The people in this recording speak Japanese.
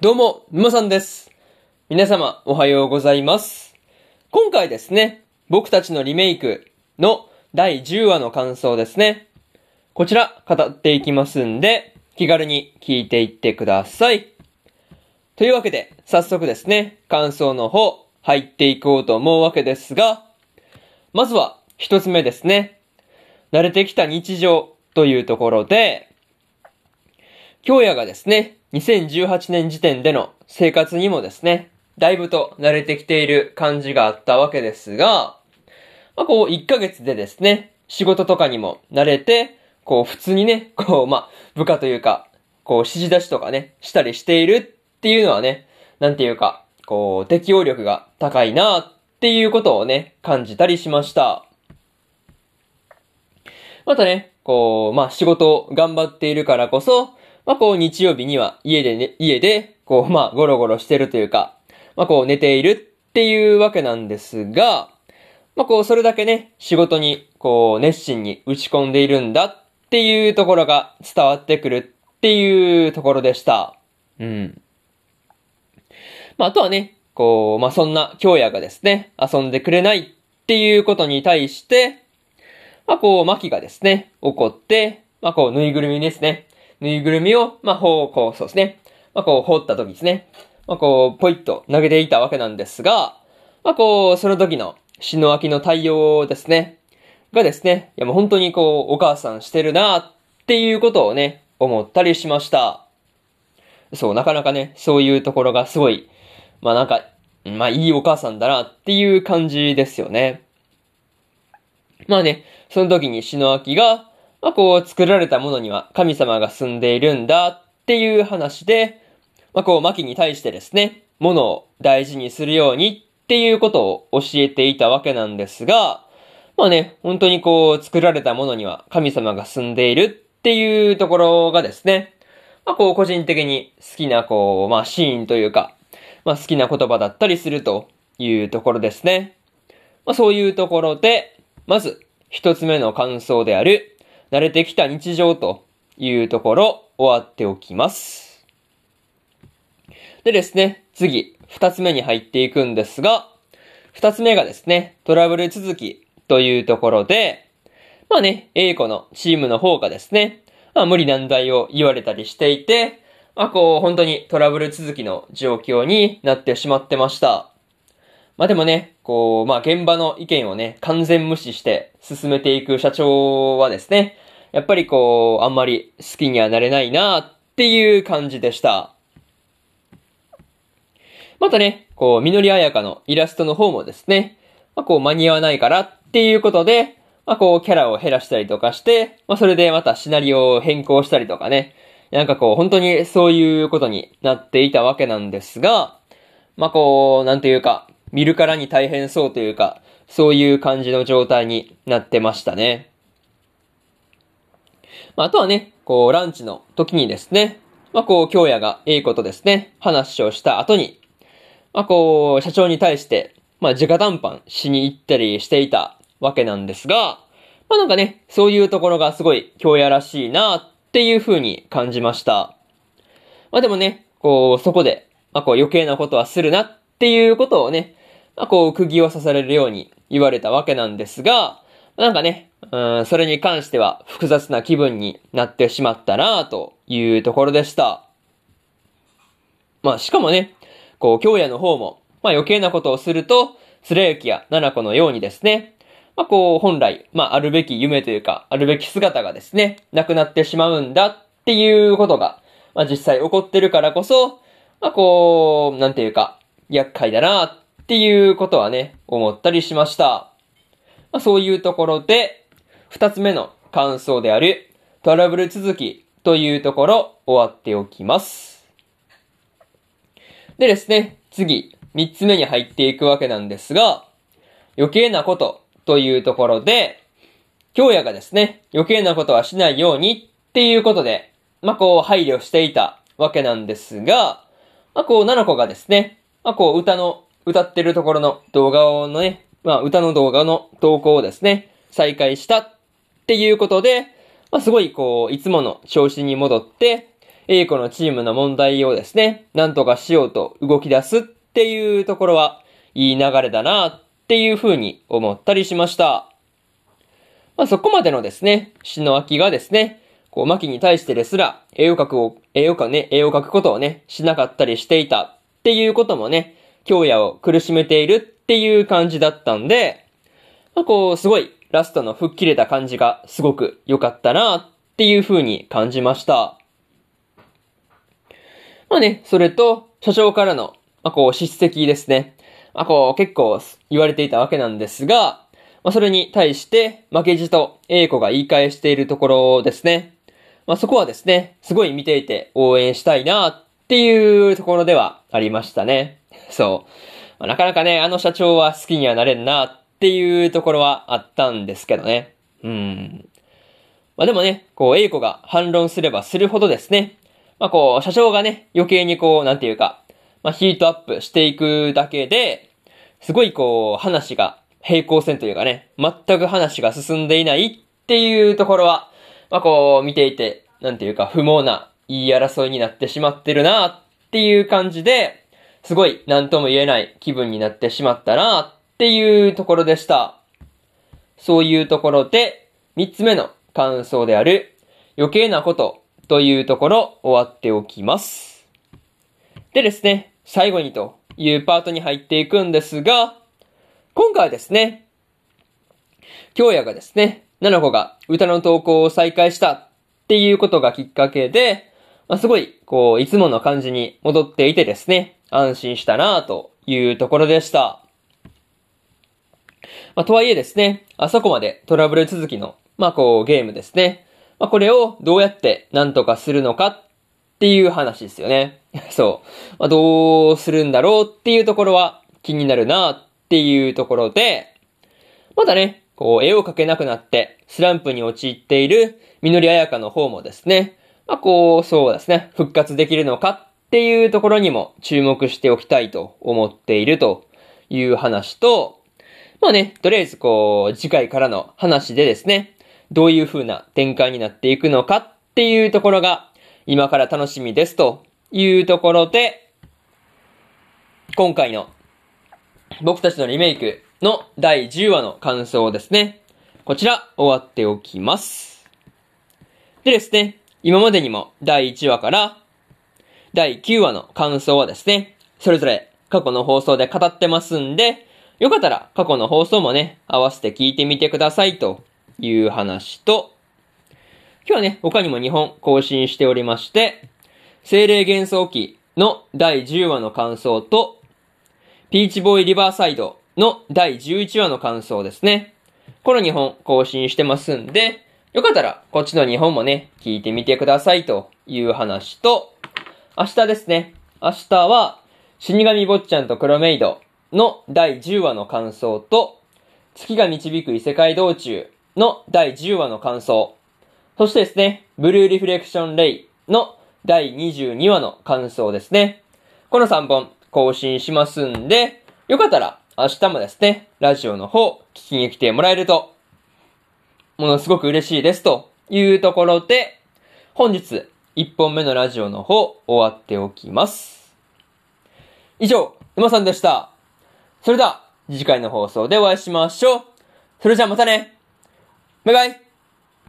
どうも、沼さんです。皆様、おはようございます。今回ですね、僕たちのリメイクの第10話の感想ですね。こちら、語っていきますんで、気軽に聞いていってください。というわけで、早速ですね、感想の方、入っていこうと思うわけですが、まずは、一つ目ですね。慣れてきた日常というところで、京也がですね、2018年時点での生活にもですね、だいぶと慣れてきている感じがあったわけですが、1ヶ月でですね、仕事とかにも慣れて、普通にね、部下というか、指示出しとかね、したりしているっていうのはね、適応力が高いなっていうことをね、感じたりしました。またね、仕事を頑張っているからこそ、日曜日には家で、ゴロゴロしてるというか、寝ているっていうわけなんですが、それだけね、仕事に、熱心に打ち込んでいるんだっていうところが伝わってくるっていうところでした。うん。あとはね、そんな京也がですね、遊んでくれないっていうことに対して、マキがですね、怒って、ぬいぐるみですね。ぬいぐるみを、そうですね。放った時ですね。ポイッと投げていたわけなんですが、その時の篠明の対応ですね。がですね、いやもう本当にお母さんしてるなっていうことをね、思ったりしました。そう、なかなかね、そういうところがすごい、いいお母さんだなっていう感じですよね。その時に篠明が、作られたものには神様が住んでいるんだっていう話で、マキに対してですね、ものを大事にするようにっていうことを教えていたわけなんですが、本当に作られたものには神様が住んでいるっていうところがですね、個人的に好きなシーンというか、好きな言葉だったりするというところですね。そういうところで、まず、一つ目の感想である、慣れてきた日常というところ、終わっておきます。でですね、次、二つ目に入っていくんですが、二つ目がですね、トラブル続きというところで、A 子のチームの方がですね、無理難題を言われたりしていて、本当にトラブル続きの状況になってしまってました。でもね、現場の意見をね、完全無視して進めていく社長はですね、やっぱりあんまり好きにはなれないなっていう感じでした。またね、みのりあやかのイラストの方もですね、間に合わないからっていうことで、キャラを減らしたりとかして、それでまたシナリオを変更したりとかね、本当にそういうことになっていたわけなんですが、見るからに大変そうというか、そういう感じの状態になってましたね。あとはね、ランチの時にですね、京也がA子とですね、話をした後に、社長に対して、直談判しに行ったりしていたわけなんですが、そういうところがすごい京也らしいなっていう風に感じました。でもね、そこで、余計なことはするなっていうことをね、釘を刺されるように言われたわけなんですが、それに関しては複雑な気分になってしまったなというところでした。しかもね、京也の方も、余計なことをすると、貫之や七子のようにですね、本来、あるべき夢というか、あるべき姿がですね、なくなってしまうんだっていうことが、実際起こってるからこそ、厄介だなっていうことはね、思ったりしました。そういうところで、二つ目の感想である、トラブル続きというところ、終わっておきます。でですね、次、三つ目に入っていくわけなんですが、余計なことというところで、京也がですね、余計なことはしないようにっていうことで、配慮していたわけなんですが、七子がですね、歌ってるところの動画をね、歌の動画の投稿をですね、再開したっていうことで、すごいいつもの調子に戻って、 A 子のチームの問題をですね、なんとかしようと動き出すっていうところはいい流れだなっていう風に思ったりしました。そこまでのですね、篠明がですね、牧に対してですら、絵を描くことをね、しなかったりしていたっていうこともね、京也を苦しめているっていう感じだったんで、すごい、ラストの吹っ切れた感じがすごく良かったなっていう風に感じました。それと、社長からの、叱責ですね。結構言われていたわけなんですが、それに対して、負けじと A 子が言い返しているところですね。そこはですね、すごい見ていて応援したいなっていうところではありましたね。そう。なかなかね、あの社長は好きにはなれんなっていうところはあったんですけどね。でもね、A 子が反論すればするほどですね、社長がね、余計になんていうか、ヒートアップしていくだけで、すごい話が平行線というかね、全く話が進んでいないっていうところは、見ていて、なんていうか不毛な言い争いになってしまってるなっていう感じで、すごい何とも言えない気分になってしまったなっていうところでした。そういうところで、3つ目の感想である余計なことというところ終わっておきます。でですね、最後にというパートに入っていくんですが、今回はですね、京也がですね、七子が歌の投稿を再開したっていうことがきっかけで、すごい、いつもの感じに戻っていてですね、安心したなというところでした。とはいえですね、あそこまでトラブル続きの、ゲームですね。これをどうやって何とかするのかっていう話ですよね。そう。どうするんだろうっていうところは気になるなっていうところで、まだね、絵を描けなくなってスランプに陥っているみのりあやかの方もですね、そうですね、復活できるのかっていうところにも注目しておきたいと思っているという話と、とりあえず次回からの話でですね、どういう風な展開になっていくのかっていうところが今から楽しみですというところで、今回の僕たちのリメイクの第10話の感想ですね。こちら終わっておきます。でですね、今までにも第1話から第9話の感想はですね、それぞれ過去の放送で語ってますんで、よかったら過去の放送もね、合わせて聞いてみてくださいという話と、今日はね、他にも2本更新しておりまして、精霊幻想記の第10話の感想と、ピーチボーイリバーサイドの第11話の感想ですね。この2本更新してますんで、よかったらこっちの2本もね、聞いてみてくださいという話と、明日ですね。明日は、死神坊ちゃんと黒メイドの第10話の感想と、月が導く異世界道中の第10話の感想、そしてですね、ブルーリフレクションレイの第22話の感想ですね。この3本更新しますんで、よかったら明日もですね、ラジオの方聞きに来てもらえると、ものすごく嬉しいですというところで、本日1本目のラジオの方終わっておきます。以上、沼さんでした。それでは次回の放送でお会いしましょう。それじゃあまたね。バイバイ。